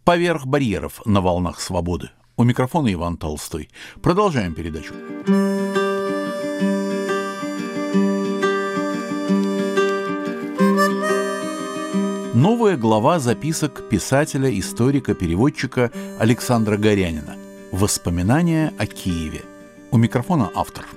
«Поверх барьеров» на волнах свободы. У микрофона Иван Толстой. Продолжаем передачу. Новая глава записок писателя, историка, переводчика Александра Горянина. Воспоминания о Киеве. У микрофона автор.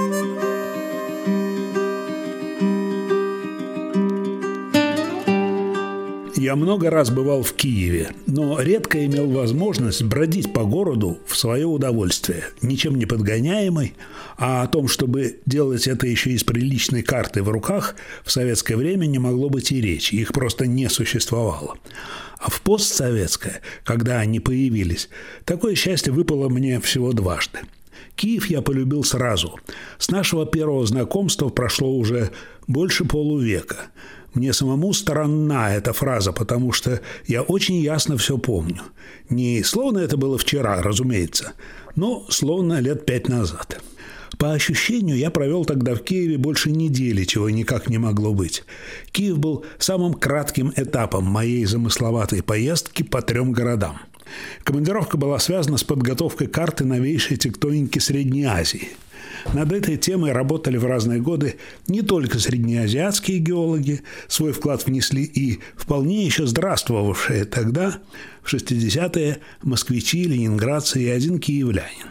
Я много раз бывал в Киеве, но редко имел возможность бродить по городу в свое удовольствие, ничем не подгоняемый, а о том, чтобы делать это еще и с приличной картой в руках, в советское время не могло быть и речи, их просто не существовало. А в постсоветское, когда они появились, такое счастье выпало мне всего дважды. Киев я полюбил сразу. С нашего первого знакомства прошло уже больше полувека. Мне самому странна эта фраза, потому что я очень ясно все помню. Не словно это было вчера, разумеется, но словно лет 5 назад. По ощущению, я провел тогда в Киеве больше недели, чего никак не могло быть. Киев был самым кратким этапом моей замысловатой поездки по 3 городам. Командировка была связана с подготовкой карты новейшей тектоники Средней Азии. Над этой темой работали в разные годы не только среднеазиатские геологи, свой вклад внесли и вполне еще здравствовавшие тогда, в 60-е, москвичи, ленинградцы и один киевлянин.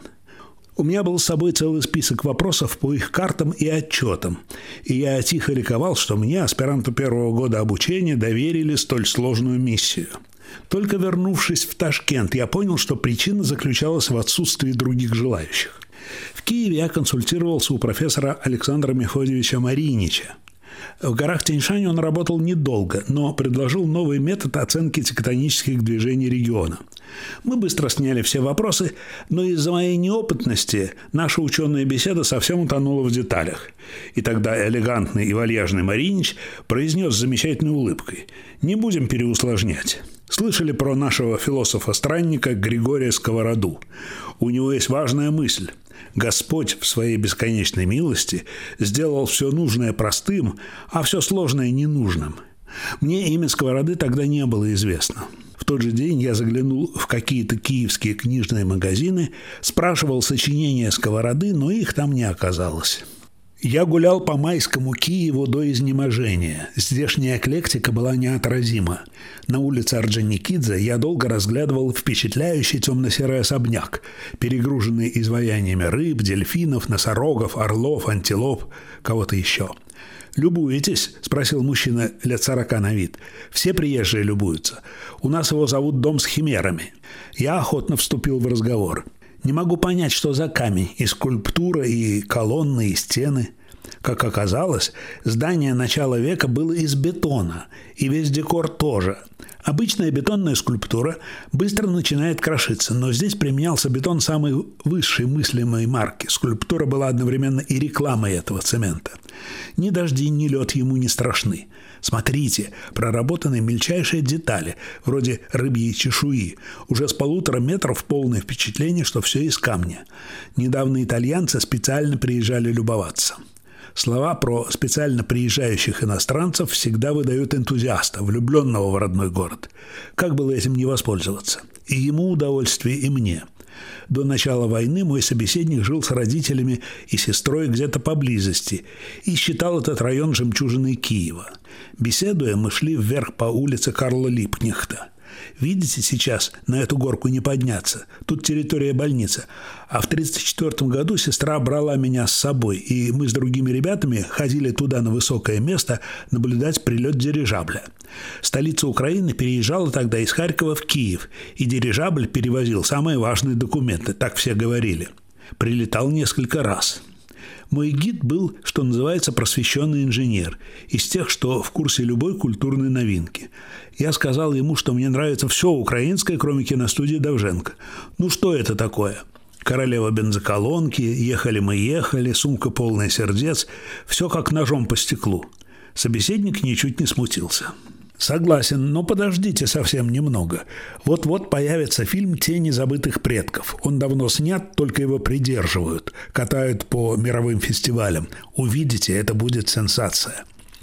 У меня был с собой целый список вопросов по их картам и отчетам, и я тихо ликовал, что мне, аспиранту первого года обучения, доверили столь сложную миссию. Только вернувшись в Ташкент, я понял, что причина заключалась в отсутствии других желающих. В Киеве я консультировался у профессора Александра Мефодьевича Маринича. В горах Тянь-Шань он работал недолго, но предложил новый метод оценки тектонических движений региона. Мы быстро сняли все вопросы, но из-за моей неопытности наша ученая беседа совсем утонула в деталях. И тогда элегантный и вальяжный Маринич произнес с замечательной улыбкой: «Не будем переусложнять. Слышали про нашего философа-странника Григория Сковороду? У него есть важная мысль. Господь в своей бесконечной милости сделал все нужное простым, а все сложное ненужным. Мне имя Сковороды тогда не было известно. В тот же день я заглянул в какие-то киевские книжные магазины, спрашивал сочинения Сковороды, но их там не оказалось». Я гулял по майскому Киеву до изнеможения. Здешняя эклектика была неотразима. На улице Орджоникидзе я долго разглядывал впечатляющий темно-серый особняк, перегруженный изваяниями рыб, дельфинов, носорогов, орлов, антилоп, кого-то еще. «Любуетесь?» – спросил мужчина лет 40 на вид. «Все приезжие любуются. У нас его зовут дом с химерами». Я охотно вступил в разговор. Не могу понять, что за камень, и скульптура, и колонны, и стены. Как оказалось, здание начала века было из бетона, и весь декор тоже. Обычная бетонная скульптура быстро начинает крошиться, но здесь применялся бетон самой высшей мыслимой марки. Скульптура была одновременно и рекламой этого цемента. Ни дожди, ни лед ему не страшны. Смотрите, проработаны мельчайшие детали, вроде рыбьей чешуи. Уже с 1,5 метров полное впечатление, что все из камня. Недавно итальянцы специально приезжали любоваться. Слова про специально приезжающих иностранцев всегда выдают энтузиаста, влюбленного в родной город. Как было этим не воспользоваться? И ему удовольствие, и мне. До начала войны мой собеседник жил с родителями и сестрой где-то поблизости и считал этот район жемчужиной Киева. Беседуя, мы шли вверх по улице Карла Липкнехта. Видите, сейчас на эту горку не подняться. Тут территория больницы. А в 1934 году сестра брала меня с собой, и мы с другими ребятами ходили туда на высокое место наблюдать прилет дирижабля. Столица Украины переезжала тогда из Харькова в Киев, и дирижабль перевозил самые важные документы, так все говорили. Прилетал несколько раз. Мой гид был, что называется, просвещенный инженер, из тех, что в курсе любой культурной новинки. Я сказал ему, что мне нравится все украинское, кроме киностудии Довженко. Ну что это такое? Королева бензоколонки, ехали мы ехали, сумка полная сердец, все как ножом по стеклу. Собеседник ничуть не смутился. Согласен, но подождите совсем немного. Вот-вот появится фильм «Тени забытых предков». Он давно снят, только его придерживают, катают по мировым фестивалям. Увидите, это будет сенсация.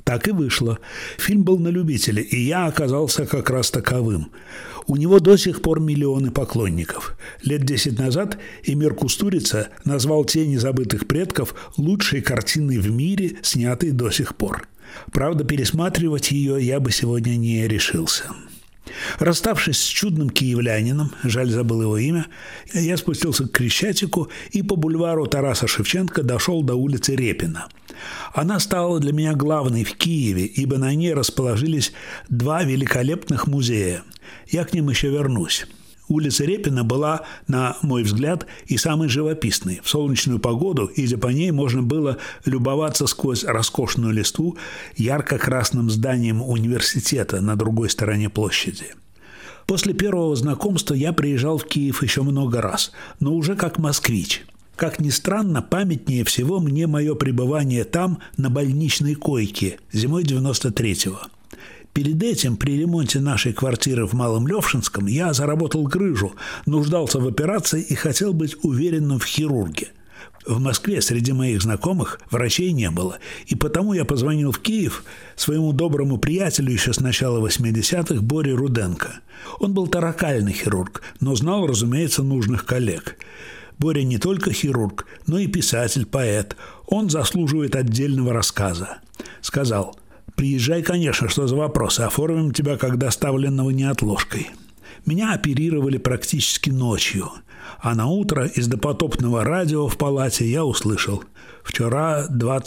Так и вышло. Фильм был на любителя, и я оказался как раз таковым. У него до сих пор миллионы поклонников. Лет 10 назад Эмир Кустурица назвал «Тени забытых предков» лучшей картиной в мире, снятой до сих пор. Правда, пересматривать ее я бы сегодня не решился. Расставшись с чудным киевлянином, жаль, забыл его имя, я спустился к Крещатику и по бульвару Тараса Шевченко дошел до улицы Репина. Она стала для меня главной в Киеве, ибо на ней расположились два великолепных музея. Я к ним еще вернусь. Улица Репина была, на мой взгляд, и самой живописной. В солнечную погоду, идя по ней, можно было любоваться сквозь роскошную листву ярко-красным зданием университета на другой стороне площади. После первого знакомства я приезжал в Киев еще много раз, но уже как москвич. Как ни странно, памятнее всего мне мое пребывание там на больничной койке зимой 93-го. Перед этим, при ремонте нашей квартиры в Малом Левшинском, я заработал грыжу, нуждался в операции и хотел быть уверенным в хирурге. В Москве среди моих знакомых врачей не было, и потому я позвонил в Киев своему доброму приятелю еще с начала 80-х Боре Руденко. Он был торакальный хирург, но знал, разумеется, нужных коллег. Боря не только хирург, но и писатель, поэт. Он заслуживает отдельного рассказа. Сказал: «Приезжай, конечно, что за вопросы, оформим тебя как доставленного неотложкой». Меня оперировали практически ночью, а на утро из допотопного радио в палате я услышал: «Вчора,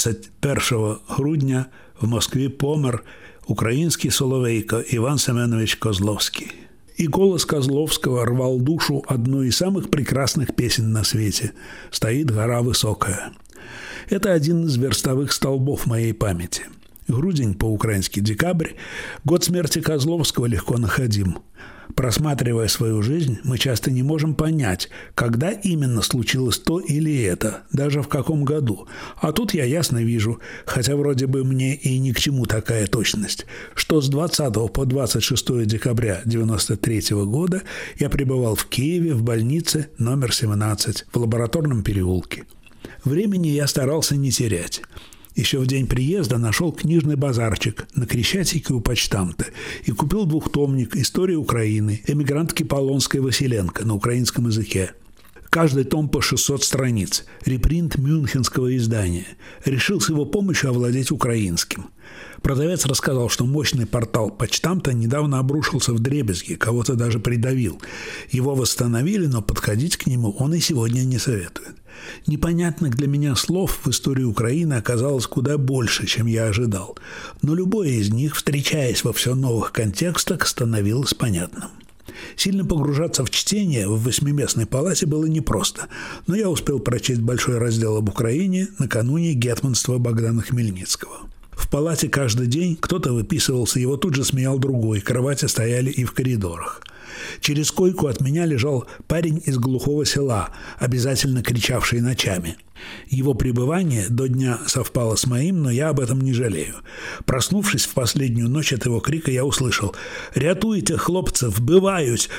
21 грудня, в Москве помер украинский соловейко Иван Семенович Козловский». И голос Козловского рвал душу одной из самых прекрасных песен на свете «Стоит гора высокая». Это один из верстовых столбов моей памяти. Грудень по-украински декабрь, год смерти Козловского легко находим. Просматривая свою жизнь, мы часто не можем понять, когда именно случилось то или это, даже в каком году. А тут я ясно вижу, хотя вроде бы мне и ни к чему такая точность, что с 20 по 26 декабря 1993 года я пребывал в Киеве в больнице номер 17 в Лабораторном переулке. Времени я старался не терять. Еще в день приезда нашел книжный базарчик на Крещатике у почтамта и купил двухтомник «История Украины» эмигрантки Полонской Василенко на украинском языке. Каждый том по 600 страниц, репринт мюнхенского издания. Решил с его помощью овладеть украинским. Продавец рассказал, что мощный портал почтамта недавно обрушился вдребезги, кого-то даже придавил. Его восстановили, но подходить к нему он и сегодня не советует. Непонятных для меня слов в истории Украины оказалось куда больше, чем я ожидал, но любое из них, встречаясь во все новых контекстах, становилось понятным. Сильно погружаться в чтение в 8-местной палате было непросто, но я успел прочесть большой раздел об Украине накануне гетманства Богдана Хмельницкого. В палате каждый день кто-то выписывался, его тут же сменял другой, кровати стояли и в коридорах. Через койку от меня лежал парень из глухого села, обязательно кричавший ночами. Его пребывание до дня совпало с моим, но я об этом не жалею. Проснувшись в последнюю ночь от его крика, я услышал: «Рятуйте, хлопцы, вбывают,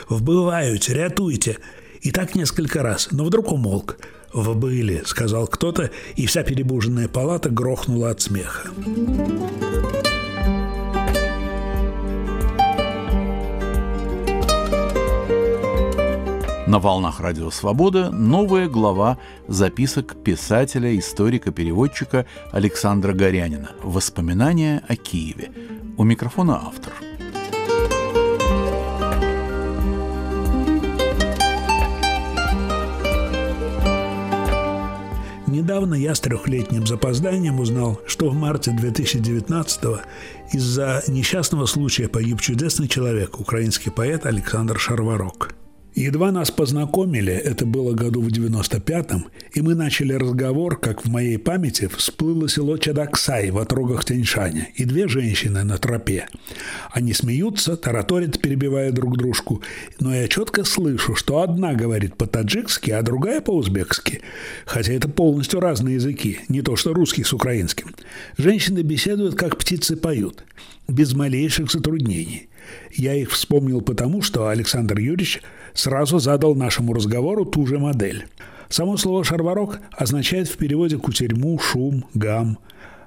рятуйте!» И так несколько раз, но вдруг умолк. «Вбыли», — сказал кто-то, и вся перебуженная палата грохнула от смеха. На волнах Радио Свобода новая глава записок писателя, историка, переводчика Александра Горянина «Воспоминания о Киеве». У микрофона автор. Недавно я с 3-летним запозданием узнал, что в марте 2019-го из-за несчастного случая погиб чудесный человек, украинский поэт Александр Шарварок. Едва нас познакомили, это было году в 95-м, и мы начали разговор, как в моей памяти всплыло село Чадаксай в отрогах Тяньшаня и 2 женщины на тропе. Они смеются, тараторят, перебивая друг дружку, но я четко слышу, что одна говорит по-таджикски, а другая по-узбекски, хотя это полностью разные языки, не то что русский с украинским. Женщины беседуют, как птицы поют, без малейших затруднений. Я их вспомнил потому, что Александр Юрьевич сразу задал нашему разговору ту же модель. Само слово «шарварок» означает в переводе кутерьму, шум, гам.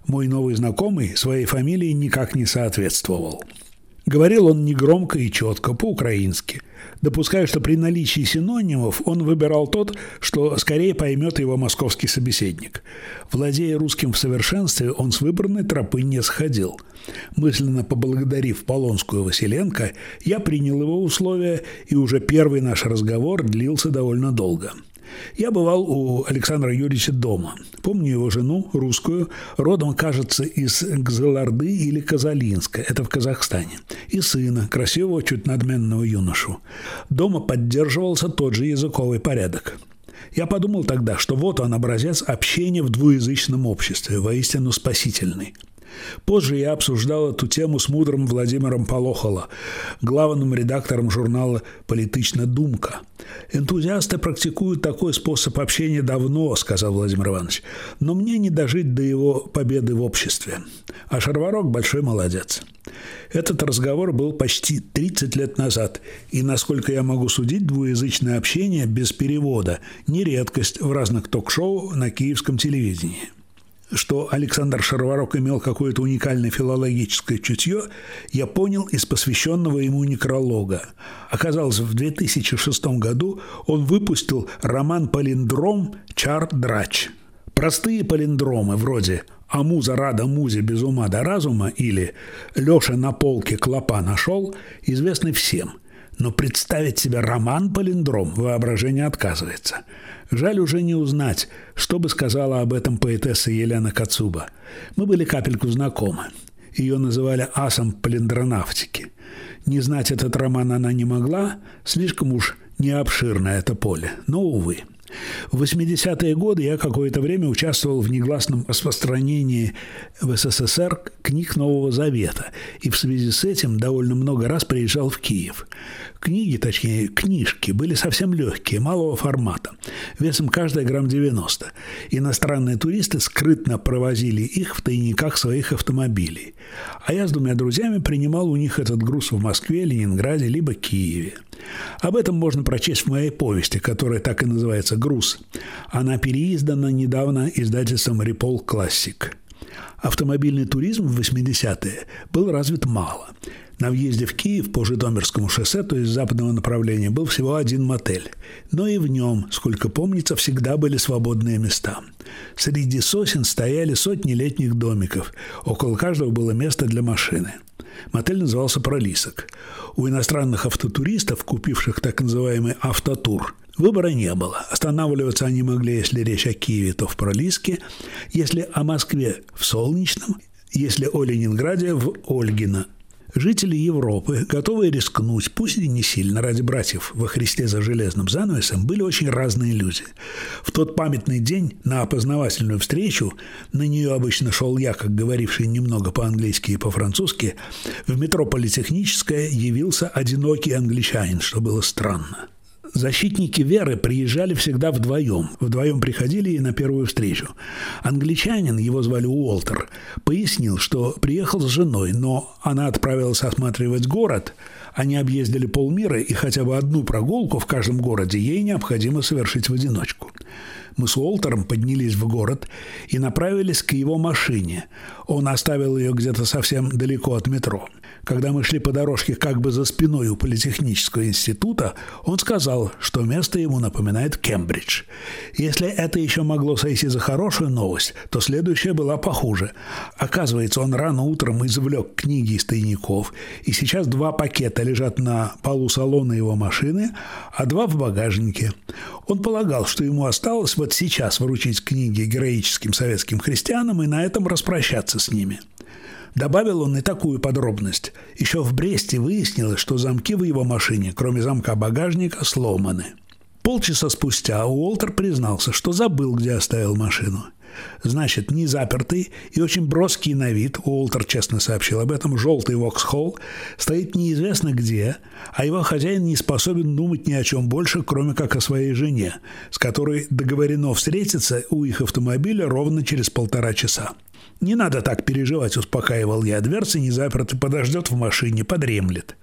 Мой новый знакомый своей фамилии никак не соответствовал. Говорил он негромко и четко, по-украински. Допускаю, что при наличии синонимов он выбирал тот, что скорее поймет его московский собеседник. Владея русским в совершенстве, он с выбранной тропы не сходил. Мысленно поблагодарив Полонскую Василенко, я принял его условия, и уже первый наш разговор длился довольно долго. Я бывал у Александра Юрьевича дома. Помню его жену, русскую, родом, кажется, из Кызылорды или Казалинска, это в Казахстане, и сына, красивого, чуть надменного юношу. Дома поддерживался тот же языковый порядок. Я подумал тогда, что вот он образец общения в двуязычном обществе, воистину спасительный. Позже я обсуждал эту тему с мудрым Владимиром Полохоло, главным редактором журнала «Политична думка». «Энтузиасты практикуют такой способ общения давно», – сказал Владимир Иванович, «но мне не дожить до его победы в обществе. А Шарварок – большой молодец». Этот разговор был почти 30 лет назад, и, насколько я могу судить, двуязычное общение без перевода – не редкость в разных ток-шоу на киевском телевидении. Что Александр Шарварок имел какое-то уникальное филологическое чутье, я понял из посвященного ему некролога. Оказалось, в 2006 году он выпустил роман-палиндром «Чар-драч». Простые палиндромы вроде «А муза рада музе без ума до разума» или «Леша на полке клопа нашел» известны всем. Но представить себе роман-палиндром воображение отказывается. Жаль уже не узнать, что бы сказала об этом поэтесса Елена Кацуба. Мы были капельку знакомы. Ее называли асом палиндронавтики. Не знать этот роман она не могла, слишком уж необширное это поле. Но, увы. В 80-е годы я какое-то время участвовал в негласном распространении в СССР книг Нового Завета, и в связи с этим довольно много раз приезжал в Киев. Книги, точнее, книжки, были совсем легкие, малого формата, весом каждая грамм 90. Иностранные туристы скрытно провозили их в тайниках своих автомобилей. А я с двумя друзьями принимал у них этот груз в Москве, Ленинграде, либо Киеве. Об этом можно прочесть в моей повести, которая так и называется «Груз». Она переиздана недавно издательством «Репол Классик». Автомобильный туризм в 80-е был развит мало. На въезде в Киев по Житомирскому шоссе, то есть с западного направления, был всего один мотель. Но и в нем, сколько помнится, всегда были свободные места. Среди сосен стояли сотни летних домиков. Около каждого было место для машины. Мотель назывался «Пролисок». У иностранных автотуристов, купивших так называемый автотур, выбора не было. Останавливаться они могли, если речь о Киеве, то в Пролиске, если о Москве – в Солнечном, если о Ленинграде – в Ольгино. Жители Европы, готовые рискнуть, пусть и не сильно, ради братьев во Христе за железным занавесом, были очень разные люди. В тот памятный день на опознавательную встречу, на нее обычно шел я, как говоривший немного по-английски и по-французски, в метро Политехническое явился одинокий англичанин, что было странно. Защитники веры приезжали всегда вдвоем. Вдвоем приходили и на первую встречу. Англичанин, его звали Уолтер, пояснил, что приехал с женой, но она отправилась осматривать город. Они объездили полмира, и хотя бы одну прогулку в каждом городе ей необходимо совершить в одиночку. Мы с Уолтером поднялись в город и направились к его машине. Он оставил ее где-то совсем далеко от метро. Когда мы шли по дорожке как бы за спиной у Политехнического института, он сказал, что место ему напоминает Кембридж. Если это еще могло сойти за хорошую новость, то следующая была похуже. Оказывается, он рано утром извлек книги из тайников, и сейчас 2 пакета лежат на полу салона его машины, а 2 в багажнике. Он полагал, что ему осталось вот сейчас вручить книги героическим советским христианам и на этом распрощаться с ними. Добавил он и такую подробность. Еще в Бресте выяснилось, что замки в его машине, кроме замка багажника, сломаны. Полчаса спустя Уолтер признался, что забыл, где оставил машину. Значит, не запертый и очень броский на вид, Уолтер честно сообщил об этом, желтый Воксхолл стоит неизвестно где, а его хозяин не способен думать ни о чем больше, кроме как о своей жене, с которой договорено встретиться у их автомобиля ровно через 1,5 часа. «Не надо так переживать», – успокаивал я. «Дверцы не заперты, подождет в машине, подремлет».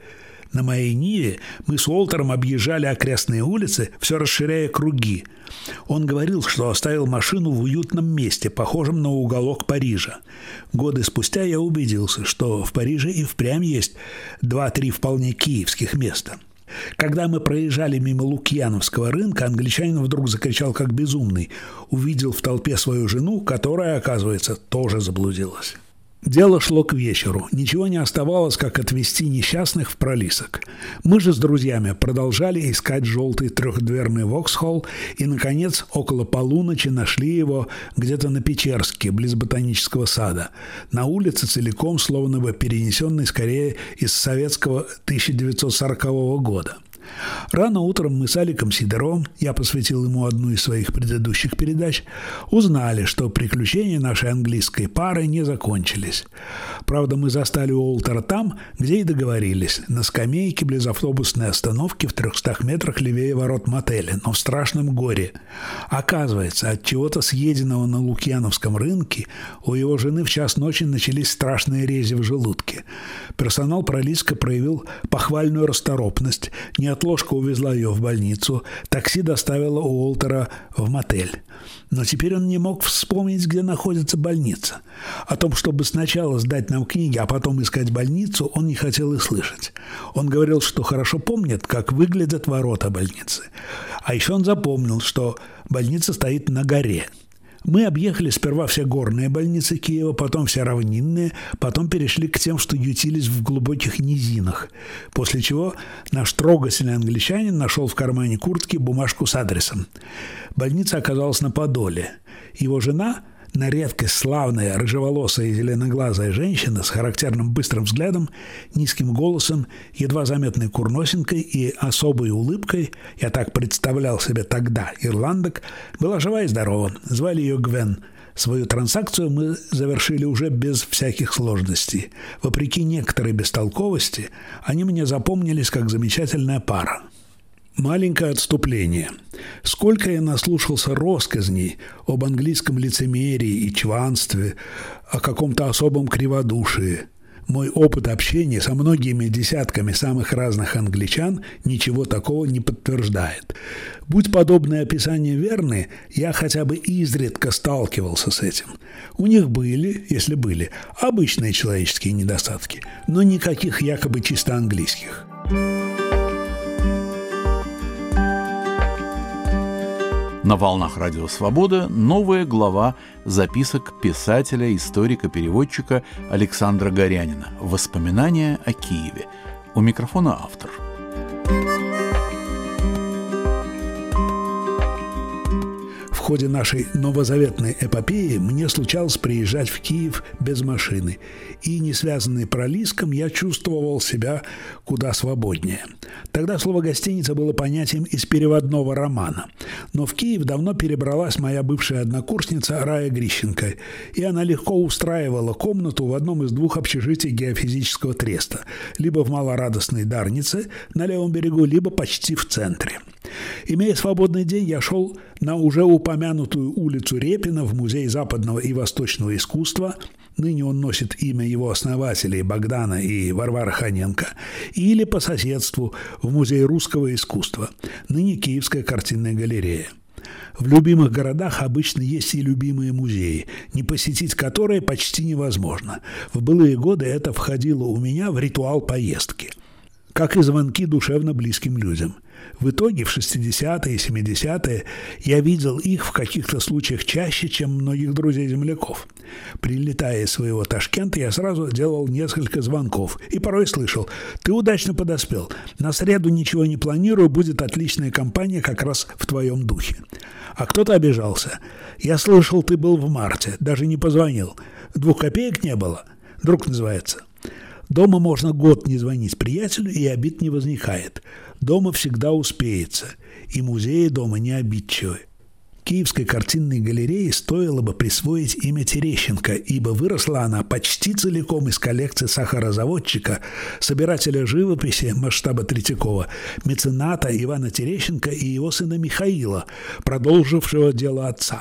На моей Ниве мы с Уолтером объезжали окрестные улицы, все расширяя круги. Он говорил, что оставил машину в уютном месте, похожем на уголок Парижа. Годы спустя я убедился, что в Париже и впрямь есть 2-3 вполне киевских места. Когда мы проезжали мимо Лукьяновского рынка, англичанин вдруг закричал как безумный. Увидел в толпе свою жену, которая, оказывается, тоже заблудилась. Дело шло к вечеру. Ничего не оставалось, как отвезти несчастных в Пролисок. Мы же с друзьями продолжали искать желтый трехдверный Воксхолл и, наконец, около полуночи нашли его где-то на Печерске, близ Ботанического сада. На улице целиком, словно бы перенесенной скорее из советского 1940 года. Рано утром мы с Аликом Сидоровым, я посвятил ему одну из своих предыдущих передач, узнали, что приключения нашей английской пары не закончились. Правда, мы застали Уолтера там, где и договорились, на скамейке близ автобусной остановки в 300 метрах левее ворот мотеля, но в страшном горе. Оказывается, от чего-то съеденного на Лукьяновском рынке у его жены в час ночи начались страшные рези в желудке. Персонал Пролиска проявил похвальную расторопность, неотложка увезла ее в больницу, такси доставило Уолтера в мотель. Но теперь он не мог вспомнить, где находится больница. О том, чтобы сначала сдать нам книги, а потом искать больницу, он не хотел и слышать. Он говорил, что хорошо помнит, как выглядят ворота больницы. А еще он запомнил, что больница стоит на горе. Мы объехали сперва все горные больницы Киева, потом все равнинные, потом перешли к тем, что ютились в глубоких низинах, после чего наш трогательный англичанин нашел в кармане куртки бумажку с адресом. Больница оказалась на Подоле. Его жена, на редкость славная, рыжеволосая и зеленоглазая женщина с характерным быстрым взглядом, низким голосом, едва заметной курносинкой и особой улыбкой, я так представлял себе тогда ирландок, была жива и здорова. Звали ее Гвен. Свою транзакцию мы завершили уже без всяких сложностей. Вопреки некоторой бестолковости, они мне запомнились как замечательная пара. Маленькое отступление. Сколько я наслушался россказней об английском лицемерии и чванстве, о каком-то особом криводушии. Мой опыт общения со многими десятками самых разных англичан ничего такого не подтверждает. Будь подобные описания верны, я хотя бы изредка сталкивался с этим. У них были, если были, обычные человеческие недостатки, но никаких якобы чисто английских. На волнах Радио Свобода новая глава записок писателя, историка, переводчика Александра Горянина «Воспоминания о Киеве». У микрофона автор. В ходе нашей новозаветной эпопеи мне случалось приезжать в Киев без машины, и, не связанный Пролиском, я чувствовал себя куда свободнее. Тогда слово «гостиница» было понятием из переводного романа. Но в Киев давно перебралась моя бывшая однокурсница Рая Грищенко, и она легко устраивала комнату в одном из 2 общежитий геофизического треста, либо в Малорадостной Дарнице на левом берегу, либо почти в центре. Имея свободный день, я шел на уже упомянутую улицу Репина в Музей западного и восточного искусства, ныне он носит имя его основателей Богдана и Варвары Ханенко, или по соседству в Музей русского искусства, ныне Киевская картинная галерея. В любимых городах обычно есть и любимые музеи, не посетить которые почти невозможно. В былые годы это входило у меня в ритуал поездки, как и звонки душевно близким людям. В итоге в 60-е и 70-е я видел их в каких-то случаях чаще, чем многих друзей-земляков. Прилетая из своего Ташкента, я сразу делал несколько звонков и порой слышал: «Ты удачно подоспел. На среду ничего не планирую, будет отличная компания как раз в твоем духе». А кто-то обижался: «Я слышал, ты был в марте, даже не позвонил. 2 копеек не было?» Друг называется. Дома можно год не звонить приятелю, и обид не возникает. Дома всегда успеется, и музеи дома не обидчивы. Киевской картинной галерее стоило бы присвоить имя Терещенко, ибо выросла она почти целиком из коллекции сахарозаводчика, собирателя живописи масштаба Третьякова, мецената Ивана Терещенко и его сына Михаила, продолжившего дело отца.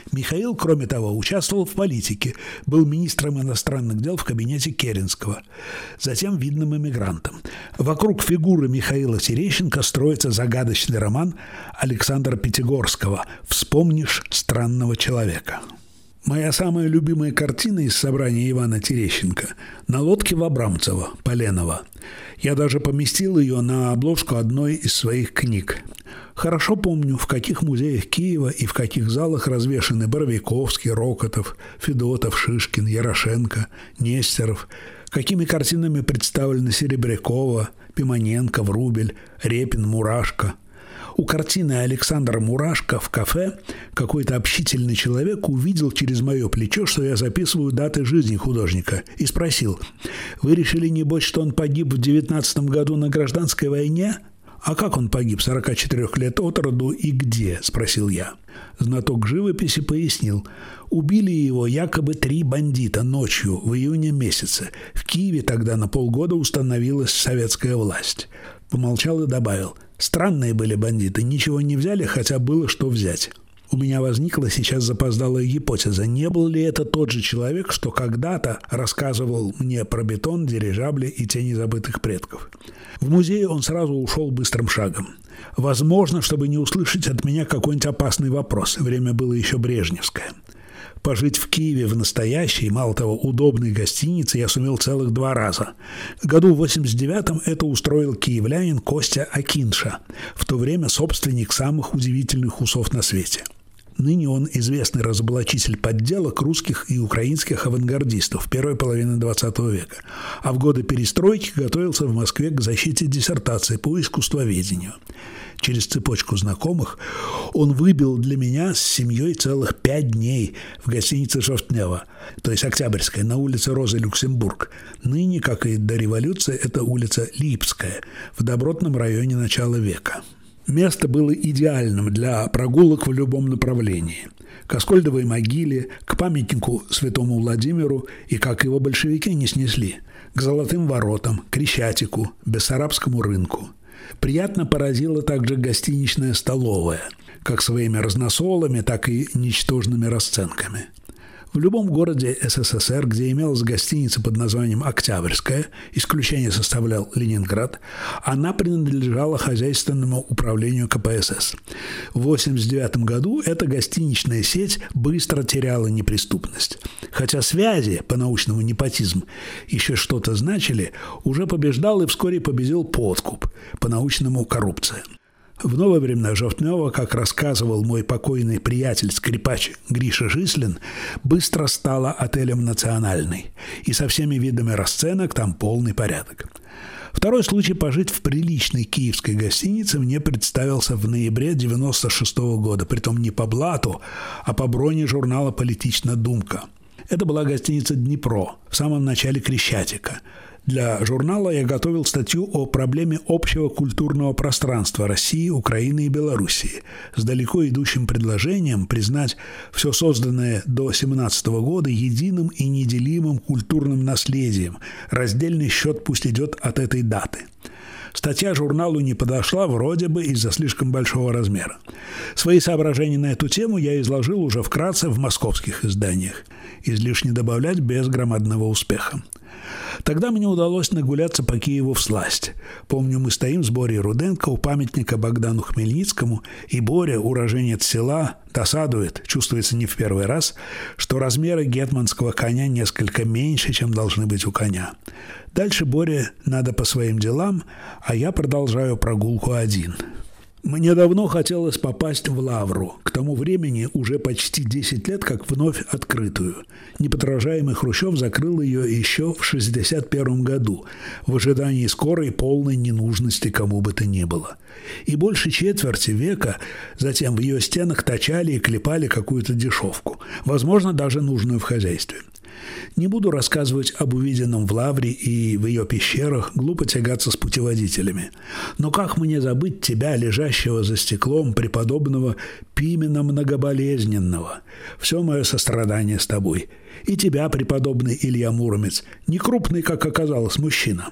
Михаил, кроме того, участвовал в политике, был министром иностранных дел в кабинете Керенского, затем видным эмигрантом. Вокруг фигуры Михаила Терещенко строится загадочный роман Александра Пятигорского «Вспомнишь странного человека». Моя самая любимая картина из собрания Ивана Терещенко «На лодке в Абрамцево» Поленова. Я даже поместил ее на обложку одной из своих книг. Хорошо помню, в каких музеях Киева и в каких залах развешаны Боровиковский, Рокотов, Федотов, Шишкин, Ярошенко, Нестеров, какими картинами представлены Серебрякова, Пимоненко, Врубель, Репин, Мурашко. У картины Александра Мурашко в кафе какой-то общительный человек увидел через мое плечо, что я записываю даты жизни художника, и спросил: «Вы решили, небось, что он погиб в 19 году на гражданской войне?» «А как он погиб 44 лет от роду и где?» – спросил я. Знаток живописи пояснил: убили его якобы 3 бандита ночью в июне месяце. В Киеве тогда на полгода установилась советская власть. Помолчал и добавил: странные были бандиты, ничего не взяли, хотя было что взять. У меня возникла сейчас запоздалая гипотеза, не был ли это тот же человек, что когда-то рассказывал мне про бетон, дирижабли и тени забытых предков. В музее он сразу ушел быстрым шагом. Возможно, чтобы не услышать от меня какой-нибудь опасный вопрос. Время было еще брежневское. Пожить в Киеве в настоящей, мало того, удобной гостинице я сумел целых 2 раза. Году в 89-м это устроил киевлянин Костя Акинша, в то время собственник самых удивительных усов на свете. Ныне он известный разоблачитель подделок русских и украинских авангардистов первой половины XX века, а в годы перестройки готовился в Москве к защите диссертации по искусствоведению. Через цепочку знакомых он выбил для меня с семьей целых 5 дней в гостинице «Жовтнева», то есть Октябрьская, на улице Розы Люксембург. Ныне, как и до революции, это улица Липская, в добротном районе начала века. Место было идеальным для прогулок в любом направлении. К Аскольдовой могиле, к памятнику святому Владимиру и, как его большевики не снесли, к Золотым воротам, к Крещатику, Бессарабскому рынку. Приятно поразила также гостиничная столовая, как своими разносолами, так и ничтожными расценками. В любом городе СССР, где имелась гостиница под названием «Октябрьская», исключение составлял Ленинград, она принадлежала хозяйственному управлению КПСС. В 1989 году эта гостиничная сеть быстро теряла неприступность. Хотя связи, по-научному непотизм, еще что-то значили, уже побеждал и вскоре победил подкуп, по-научному коррупция. В новые времена Жовтнева, как рассказывал мой покойный приятель-скрипач Гриша Жислин, быстро стала отелем «Национальный», и со всеми видами расценок там полный порядок. Второй случай пожить в приличной киевской гостинице мне представился в ноябре 1996 года, притом не по блату, а по броне журнала «Политична думка». Это была гостиница «Днепро» в самом начале Крещатика. Для журнала я готовил статью о проблеме общего культурного пространства России, Украины и Белоруссии с далеко идущим предложением признать все созданное до 1917 года единым и неделимым культурным наследием. Раздельный счет пусть идет от этой даты. Статья журналу не подошла вроде бы из-за слишком большого размера. Свои соображения на эту тему я изложил уже вкратце в московских изданиях. Излишне добавлять без громадного успеха. Тогда мне удалось нагуляться по Киеву всласть. Помню, мы стоим с Борей Руденко у памятника Богдану Хмельницкому, и Боря, уроженец села, досадует, чувствуется не в первый раз, что размеры гетманского коня несколько меньше, чем должны быть у коня. Дальше Боре надо по своим делам, а я продолжаю прогулку один. Мне давно хотелось попасть в Лавру, к тому времени уже почти 10 лет как вновь открытую. Неподражаемый Хрущев закрыл ее еще в 1961 году, в ожидании скорой полной ненужности кому бы то ни было. И больше четверти века затем в ее стенах точали и клепали какую-то дешевку, возможно, даже нужную в хозяйстве. Не буду рассказывать об увиденном в Лавре и в ее пещерах, глупо тягаться с путеводителями. Но как мне забыть тебя, лежащего за стеклом, преподобного Пимена Многоболезненного? Все мое сострадание с тобой. И тебя, преподобный Илья Муромец, не крупный, как оказалось, мужчина.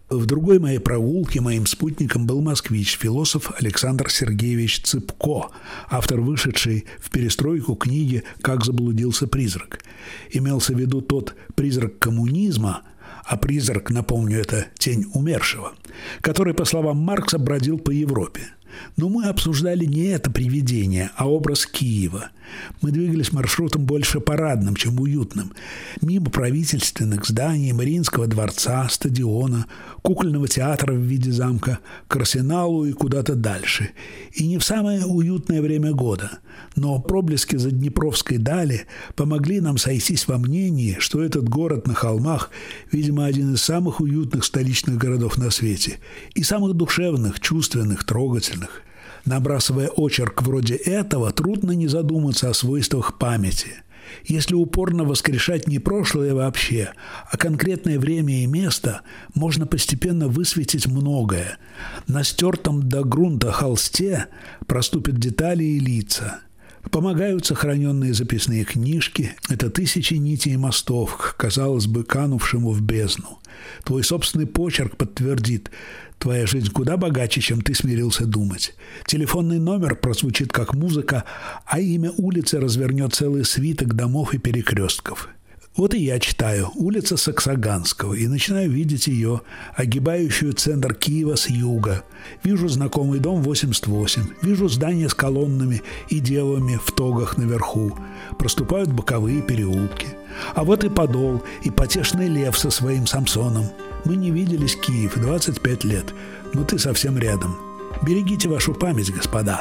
В другой моей прогулке моим спутником был москвич, философ Александр Сергеевич Цыпко, автор вышедшей в перестройку книги «Как заблудился призрак». Имелся в виду тот призрак коммунизма, а призрак, напомню, это тень умершего, который, по словам Маркса, бродил по Европе. Но мы обсуждали не это привидение, а образ Киева. Мы двигались маршрутом больше парадным, чем уютным. Мимо правительственных зданий, Мариинского дворца, стадиона, кукольного театра в виде замка, к Арсеналу и куда-то дальше. И не в самое уютное время года. Но проблески заднепровской дали помогли нам сойтись во мнении, что этот город на холмах, видимо, один из самых уютных столичных городов на свете. И самых душевных, чувственных, трогательных. Набрасывая очерк вроде этого, трудно не задуматься о свойствах памяти. Если упорно воскрешать не прошлое вообще, а конкретное время и место, можно постепенно высветить многое. На стертом до грунта холсте проступят детали и лица. Помогают сохраненные записные книжки. Это тысячи нитей и мостов, к, казалось бы, канувшему в бездну. Твой собственный почерк подтвердит: твоя жизнь куда богаче, чем ты смирился думать. Телефонный номер прозвучит как музыка, а имя улицы развернет целый свиток домов и перекрестков. Вот и я читаю «Улица Саксаганского» и начинаю видеть ее, огибающую центр Киева с юга. Вижу знакомый дом 88, вижу здания с колоннами и девами в тогах наверху. Проступают боковые переулки. А вот и Подол, и потешный лев со своим Самсоном. Мы не виделись, Киев, 25 лет, но ты совсем рядом. Берегите вашу память, господа.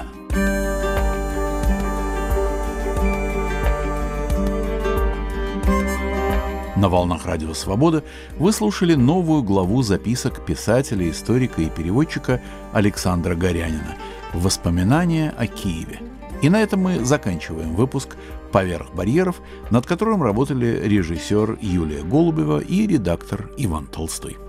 На волнах Радио Свобода вы слушали новую главу записок писателя, историка и переводчика Александра Горянина «Воспоминания о Киеве». И на этом мы заканчиваем выпуск «Поверх барьеров», над которым работали режиссер Юлия Голубева и редактор Иван Толстой.